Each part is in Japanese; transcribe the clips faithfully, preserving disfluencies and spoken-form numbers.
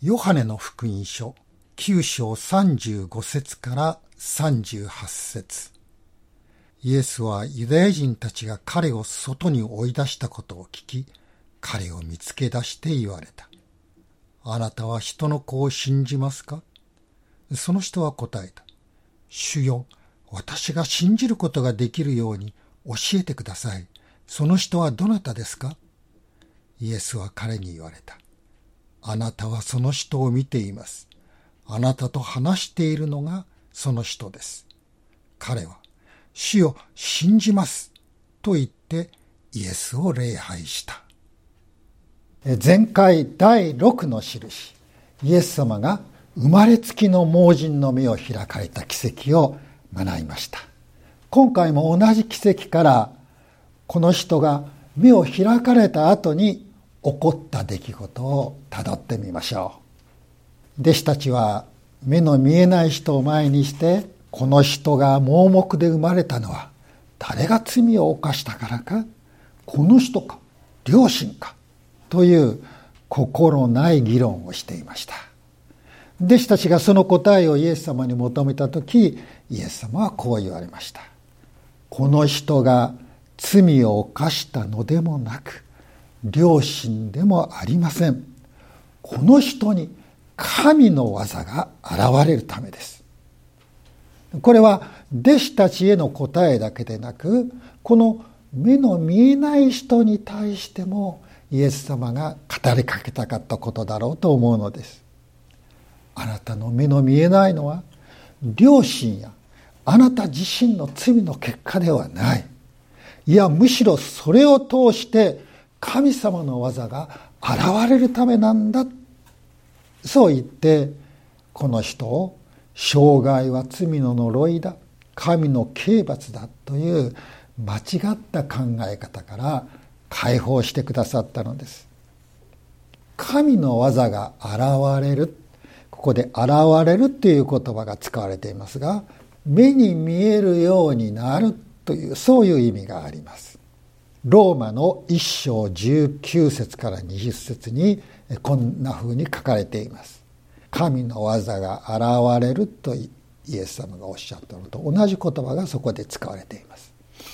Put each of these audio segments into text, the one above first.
ヨハネの福音書きゅう章さんじゅうご節からさんじゅうはち節。イエスはユダヤ人たちが彼を外に追い出したことを聞き、彼を見つけ出して言われた。あなたは人の子を信じますか？その人は答えた。主よ、私が信じることができるように教えてください。その人はどなたですか？イエスは彼に言われた。あなたはその人を見ています。あなたと話しているのがその人です。彼は、主よ、信じます。と言ってイエスを礼拝した。前回だいろくの印、イエス様が生まれつきの盲人の目を開かれた奇跡を学びました。今回も同じ奇跡からこの人が目を開かれた後に起こった出来事をたどってみましょう。弟子たちは目の見えない人を前にして、この人が盲目で生まれたのは誰が罪を犯したからか、この人か両親かという心ない議論をしていました。弟子たちがその答えをイエス様に求めたとき、イエス様はこう言われました。この人が罪を犯したのでもなく、両親でもありません。この人に神の技が現れるためです。これは弟子たちへの答えだけでなく、この目の見えない人に対してもイエス様が語りかけたかったことだろうと思うのです。あなたの目の見えないのは両親やあなた自身の罪の結果ではない。いや、むしろそれを通して神様の技が現れるためなんだ。そう言ってこの人を生涯は罪の呪いだ、神の刑罰だという間違った考え方から解放してくださったのです。神の技が現れる、ここで現れるという言葉が使われていますが、目に見えるようになるという、そういう意味があります。ローマのいっ章じゅうきゅう節からにじゅう節にこんな風に書かれています。神の技が現れるとイエス様がおっしゃったのと同じ言葉がそこで使われています。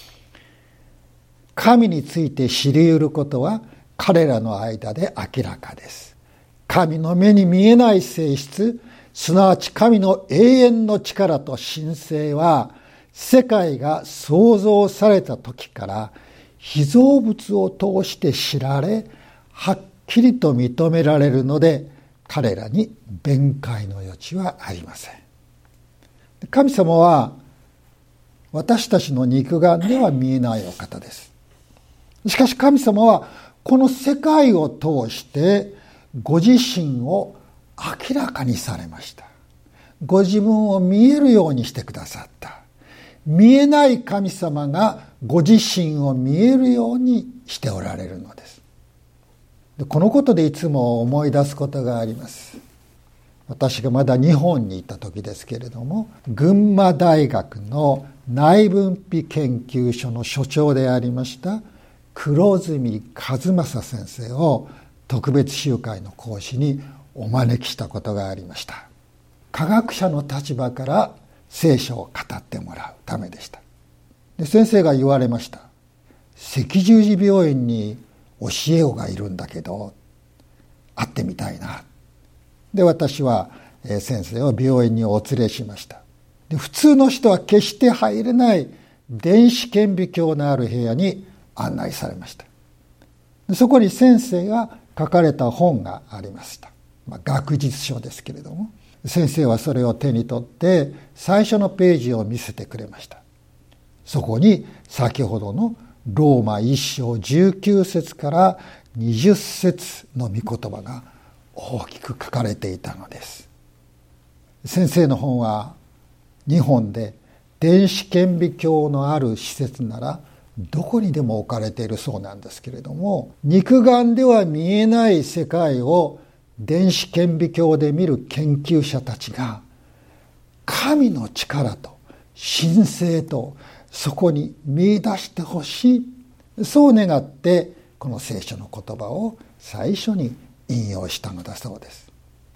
神について知り得ることは彼らの間で明らかです。神の目に見えない性質、すなわち神の永遠の力と神性は、世界が創造された時から被造物を通して知られ、はっきりと認められるので、彼らに弁解の余地はありません。神様は私たちの肉眼では見えないお方です。しかし神様はこの世界を通してご自身を明らかにされました。ご自分を見えるようにしてくださった。見えない神様がご自身を見えるようにしておられるのです。このことでいつも思い出すことがあります。私がまだ日本にいた時ですけれども、群馬大学の内分泌研究所の所長でありました黒住和正先生を特別集会の講師にお招きしたことがありました。科学者の立場から聖書を語ってもらうためでした。で、先生が言われました。赤十字病院に教え子がいるんだけど会ってみたいな。で、私は先生を病院にお連れしました。で、普通の人は決して入れない電子顕微鏡のある部屋に案内されました。で、そこに先生が書かれた本がありました。まあ、学術書ですけれども、先生はそれを手に取って最初のページを見せてくれました。そこに先ほどのローマいっ章じゅうきゅう節からにじゅう節の御言葉が大きく書かれていたのです。先生の本は日本で電子顕微鏡のある施設ならどこにでも置かれているそうなんですけれども、肉眼では見えない世界を電子顕微鏡で見る研究者たちが神の力と神性とそこに見出してほしい、そう願ってこの聖書の言葉を最初に引用したのだそうです。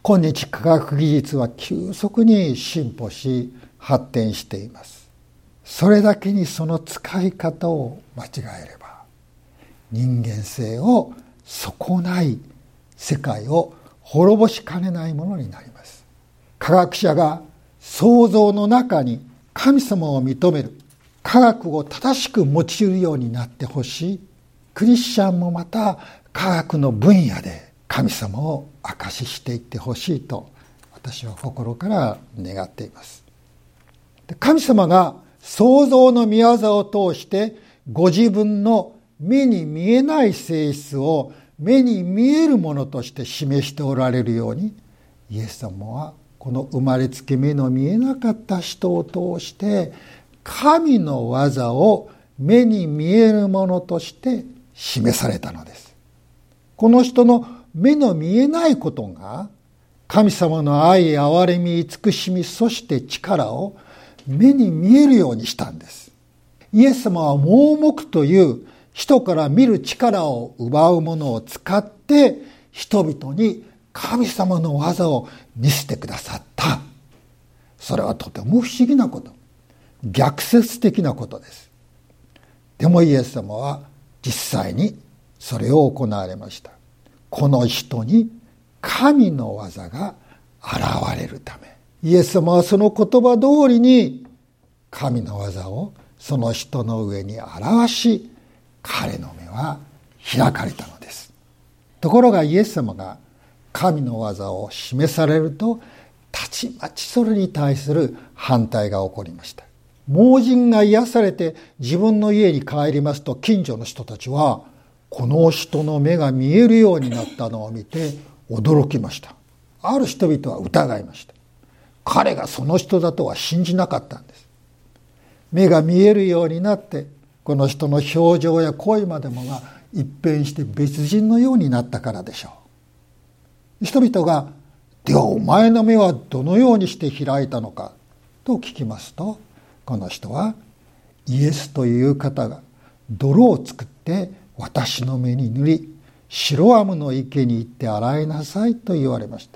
今日科学技術は急速に進歩し発展しています。それだけにその使い方を間違えれば人間性を損ない世界を滅ぼしかねないものになります。科学者が創造の中に神様を認める科学を正しく用いるようになってほしい。クリスチャンもまた科学の分野で神様を証ししていってほしいと私は心から願っています。神様が創造の御業を通してご自分の目に見えない性質を目に見えるものとして示しておられるように、イエス様はこの生まれつき目の見えなかった人を通して神の技を目に見えるものとして示されたのです。この人の目の見えないことが神様の愛、憐れみ、慈しみ、そして力を目に見えるようにしたんです。イエス様は盲目という人から見る力を奪うものを使って人々に神様の技を見せてくださった。それはとても不思議なこと、逆説的なことです。でもイエス様は実際にそれを行われました。この人に神の技が現れるため、イエス様はその言葉通りに神の技をその人の上に表し、彼の目は開かれたのです。ところがイエス様が神の技を示されると、たちまちそれに対する反対が起こりました。盲人が癒されて自分の家に帰りますと、近所の人たちはこの人の目が見えるようになったのを見て驚きました。ある人々は疑いました。彼がその人だとは信じなかったんです。目が見えるようになってこの人の表情や声までもが一変して別人のようになったからでしょう。人々がではお前の目はどのようにして開いたのかと聞きますと、この人はイエスという方が泥を作って私の目に塗り、シロアムの池に行って洗いなさいと言われました。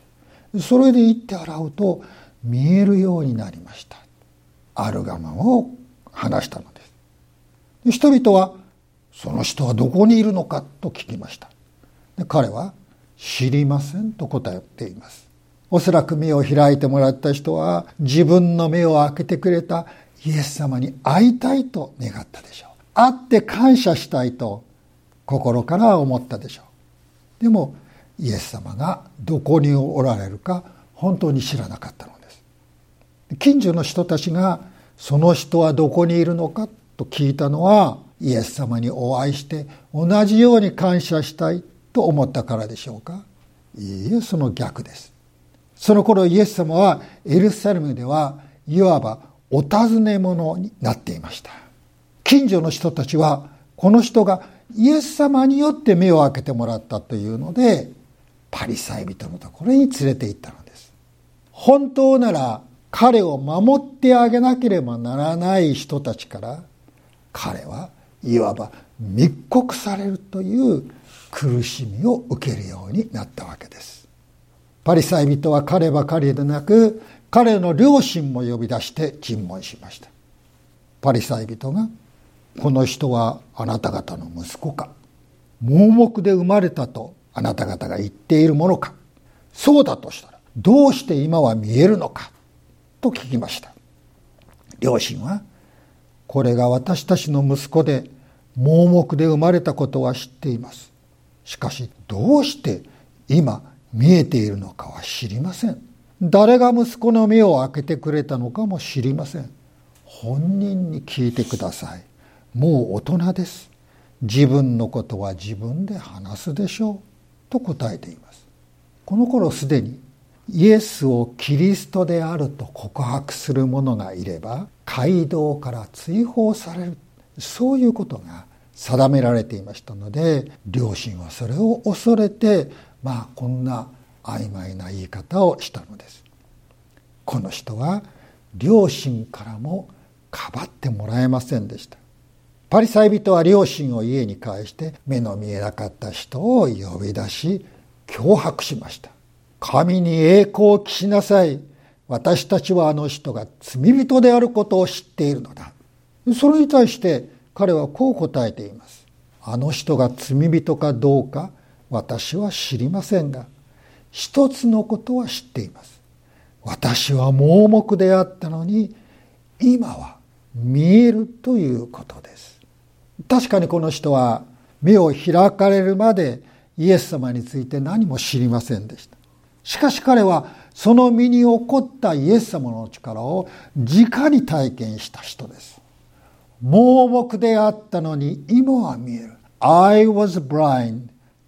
それで行って洗うと見えるようになりました。ある我慢を話したのです。人々はその人はどこにいるのかと聞きました。で彼は知りませんと答えています。おそらく目を開いてもらった人は自分の目を開けてくれたイエス様に会いたいと願ったでしょう。会って感謝したいと心から思ったでしょう。でもイエス様がどこにおられるか本当に知らなかったのです。近所の人たちがその人はどこにいるのかと聞いたのは、イエス様にお会いして同じように感謝したいと思ったからでしょうか。いいえ、その逆です。その頃イエス様はエルサレムではいわばお尋ね者になっていました。近所の人たちはこの人がイエス様によって目を開けてもらったというので、パリサイ人のところに連れて行ったのです。本当なら彼を守ってあげなければならない人たちから彼はいわば密告されるという苦しみを受けるようになったわけです。パリサイ人は彼ばかりでなく彼の両親も呼び出して尋問しました。パリサイ人が、この人はあなた方の息子か、盲目で生まれたとあなた方が言っているものか、そうだとしたらどうして今は見えるのかと聞きました。両親は、これが私たちの息子で盲目で生まれたことは知っています。しかしどうして今見えているのかは知りません。誰が息子の目を開けてくれたのかも知りません。本人に聞いてください。もう大人です。自分のことは自分で話すでしょうと答えています。この頃すでにイエスをキリストであると告白する者がいれば街道から追放される、そういうことが定められていましたので、両親はそれを恐れて、まあこんな曖昧な言い方をしたのです。この人は両親からもかばってもらえませんでした。パリサイ人は両親を家に帰して目の見えなかった人を呼び出し脅迫しました。 神に栄光を期しなさい。私たちはあの人が罪人であることを知っているのだ。それに対して彼はこう答えています。あの人が罪人かどうか私は知りませんが、一つのことは知っています。私は盲目であったのに、今は見えるということです。確かにこの人は目を開かれるまでイエス様について何も知りませんでした。しかし彼はその身に起こったイエス様の力を直に体験した人です。盲目であったのに今は見える。I was blind,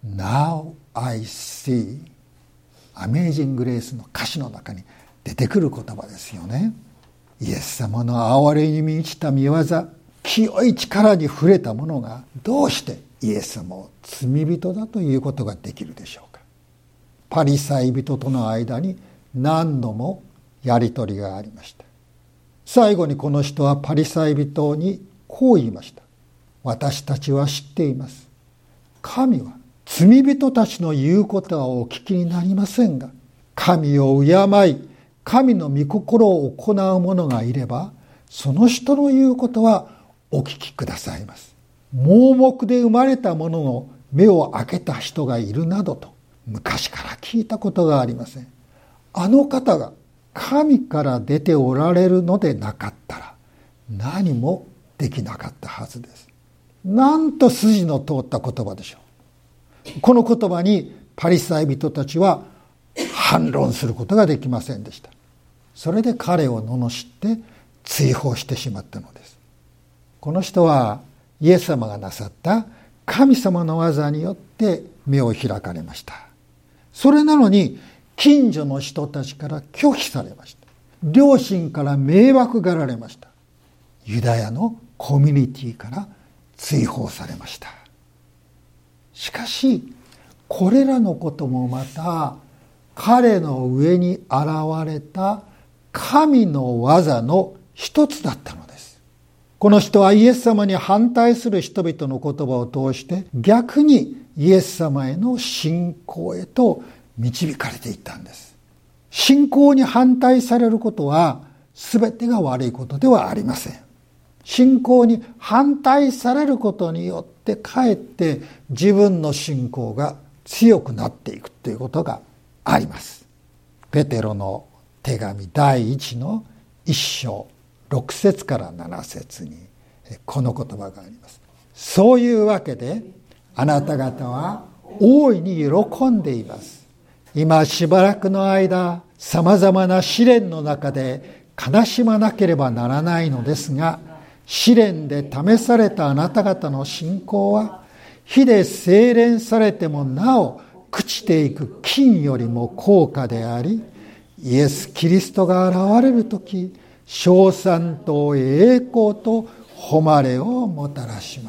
now I see. アメージング・グレースの歌詞の中に出てくる言葉ですよね。イエス様の憐れに満ちた御業、清い力に触れた者がどうしてイエス様を罪人だということができるでしょうか。パリサイ人との間に何度もやり取りがありました。最後にこの人はパリサイ人にこう言いました。私たちは知っています。神は罪人たちの言うことはお聞きになりませんが、神を敬い、神の御心を行う者がいれば、その人の言うことはお聞きくださいます。盲目で生まれた者の目を開けた人がいるなどと昔から聞いたことがありません。あの方が神から出ておられるのでなかったら何もできなかったはずです。なんと筋の通った言葉でしょう。この言葉にパリサイ人たちは反論することができませんでした。それで彼を罵って追放してしまったのです。この人はイエス様がなさった神様の技によって目を開かれました。それなのに近所の人たちから拒否されました。両親から迷惑がられました。ユダヤのコミュニティから追放されました。しかしこれらのこともまた彼の上に現れた神の技の一つだったのです。この人はイエス様に反対する人々の言葉を通して逆にイエス様への信仰へと導かれていったんです。信仰に反対されることは全てが悪いことではありません。信仰に反対されることによってかえって自分の信仰が強くなっていくということがあります。ペテロの手紙第一の一章六節から七節にこの言葉があります。そういうわけであなた方は大いに喜んでいます。今しばらくの間さまざまな試練の中で悲しまなければならないのですが、試練で試されたあなた方の信仰は火で精錬されてもなお朽ちていく金よりも高価であり、イエス・キリストが現れるとき称賛と栄光と誉れをもたらします。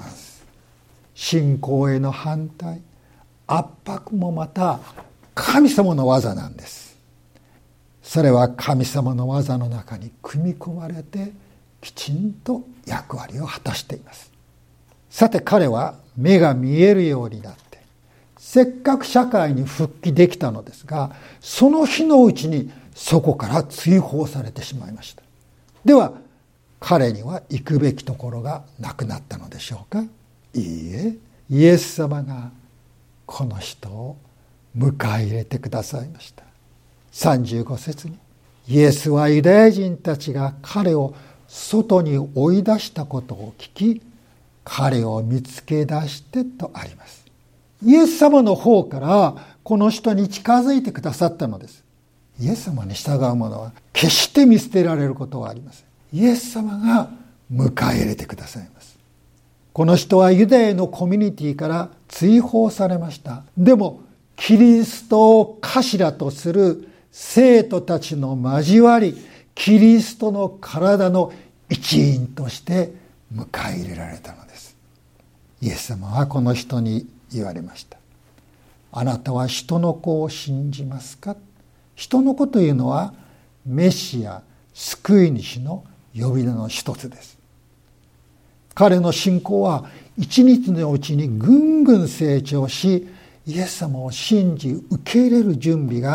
信仰への反対、圧迫もまた神様の技なんです。それは神様の技の中に組み込まれてきちんと役割を果たしています。さて彼は目が見えるようになってせっかく社会に復帰できたのですが、その日のうちにそこから追放されてしまいました。では彼には行くべきところがなくなったのでしょうか。いいえ、イエス様がこの人を迎え入れてくださいました。さんじゅうご節にイエスはユダヤ人たちが彼を外に追い出したことを聞き、彼を見つけ出してとあります。イエス様の方からこの人に近づいてくださったのです。イエス様に従う者は決して見捨てられることはありません。イエス様が迎え入れてくださいます。この人はユダヤのコミュニティから追放されました。でもキリストを頭とする生徒たちの交わり、キリストの体の一員として迎え入れられたのです。イエス様はこの人に言われました。あなたは人の子を信じますか。人の子というのはメシア、救い主の呼び名の一つです。彼の信仰は一日のうちにぐんぐん成長し、イエス様を信じ受け入れる準備が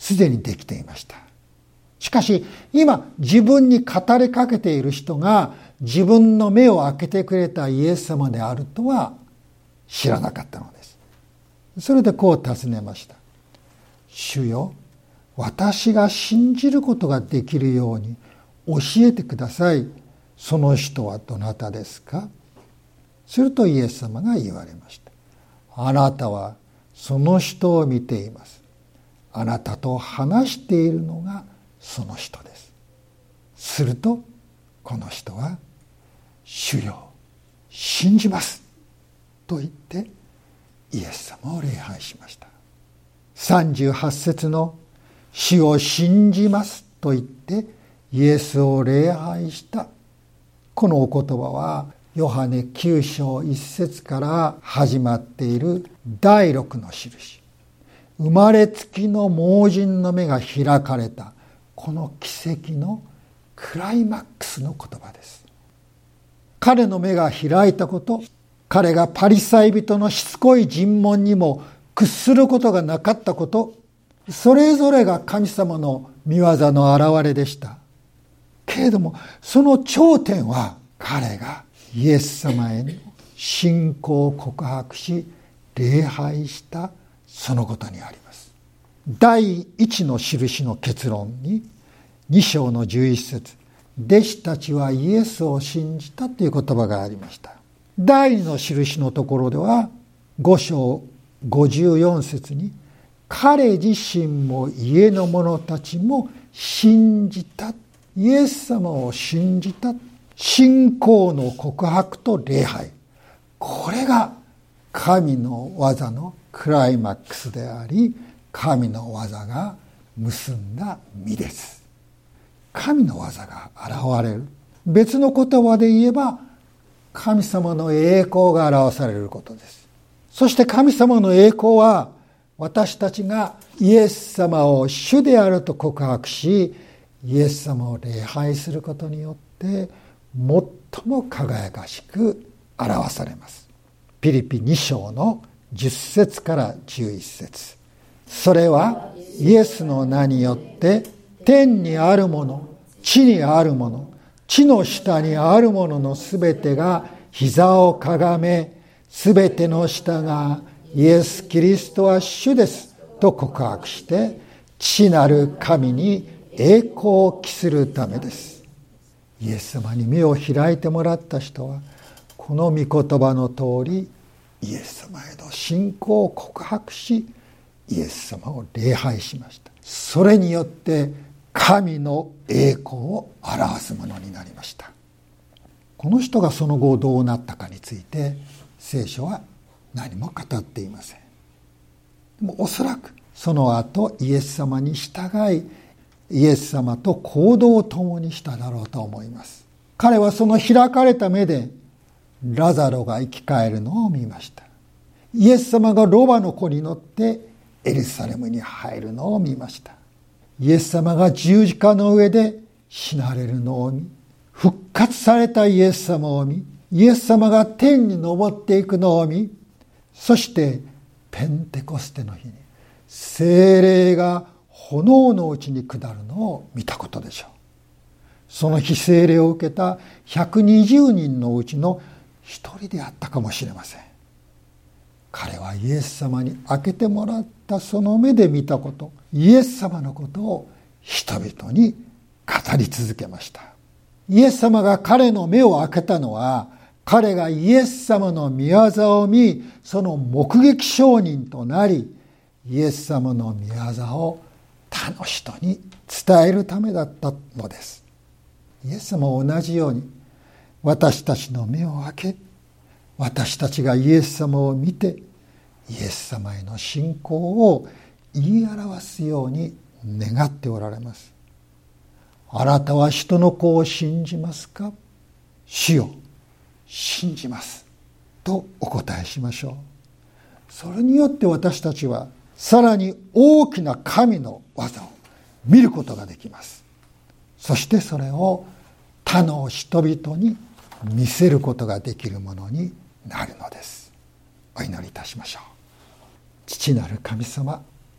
すでにできていました。しかし今自分に語りかけている人が自分の目を開けてくれたイエス様であるとは知らなかったのです。それでこう尋ねました。主よ、私が信じることができるように教えてください。その人はどなたですか？するとイエス様が言われました。あなたはその人を見ています。あなたと話しているのがその人です。するとこの人は、主よ、信じますと言ってイエス様を礼拝しました。さんじゅうはち節の主を信じますと言ってイエスを礼拝したこのお言葉は、ヨハネきゅう章いち節から始まっているだいろくの印、生まれつきの盲人の目が開かれたこの奇跡のクライマックスの言葉です。彼の目が開いたこと、彼がパリサイ人のしつこい尋問にも屈することがなかったこと、それぞれが神様の御業の現れでした。けれどもその頂点は、彼がイエス様への信仰を告白し礼拝したそのことにあります。第一の印の結論にに章のじゅういち節、弟子たちはイエスを信じたという言葉がありました。第二の印のところではご章ごじゅうよん節に、彼自身も家の者たちも信じた、イエス様を信じた、信仰の告白と礼拝、これが神の技のクライマックスであり、神の技が結んだ実です。神の技が現れる。別の言葉で言えば、神様の栄光が表されることです。そして神様の栄光は、私たちがイエス様を主であると告白し、イエス様を礼拝することによって最も輝かしく表されます。ピリピに章のじゅっ節からじゅういち節、それはイエスの名によって天にあるもの、地にあるもの、地の下にあるもののすべてが膝をかがめ、すべての舌がイエス・キリストは主ですと告白して、父なる神に栄光を期するためです。イエス様に目を開いてもらった人は、この御言葉の通りイエス様への信仰を告白し、イエス様を礼拝しました。それによって神の栄光を表すものになりました。この人がその後どうなったかについて聖書は何も語っていません。でもおそらくその後イエス様に従い、イエス様と行動を共にしただろうと思います。彼はその開かれた目でラザロが生き返るのを見ました。イエス様がロバの子に乗ってエルサレムに入るのを見ました。イエス様が十字架の上で死なれるのを見、復活されたイエス様を見、イエス様が天に昇っていくのを見、そしてペンテコステの日に聖霊が炎のうちに下るのを見たことでしょう。その日聖霊を受けたひゃくにじゅうにんのうちの一人であったかもしれません。彼はイエス様に開けてもらったその目で見たこと、イエス様のことを人々に語り続けました。イエス様が彼の目を開けたのは、彼がイエス様の御業を見、その目撃証人となり、イエス様の御業を他の人に伝えるためだったのです。イエス様は同じように私たちの目を開け、私たちがイエス様を見てイエス様への信仰を言い表すように願っておられます。あなたは人の子を信じますか？主よ、信じますとお答えしましょう。それによって私たちはさらに大きな神の技を見ることができます。そしてそれを他の人々に見せることができるものになるのです。お祈りいたしましょう。父なる神様、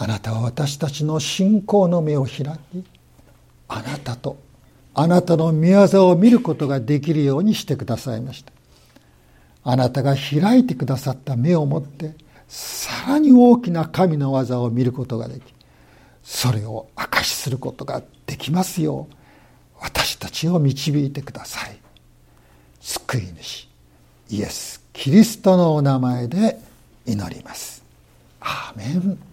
あなたは私たちの信仰の目を開き、あなたとあなたの御業を見ることができるようにしてくださいました。あなたが開いてくださった目をもってさらに大きな神の技を見ることができ、それを証しすることができますよう私たちを導いてください。救い主イエス・キリストのお名前で祈ります。アーメン。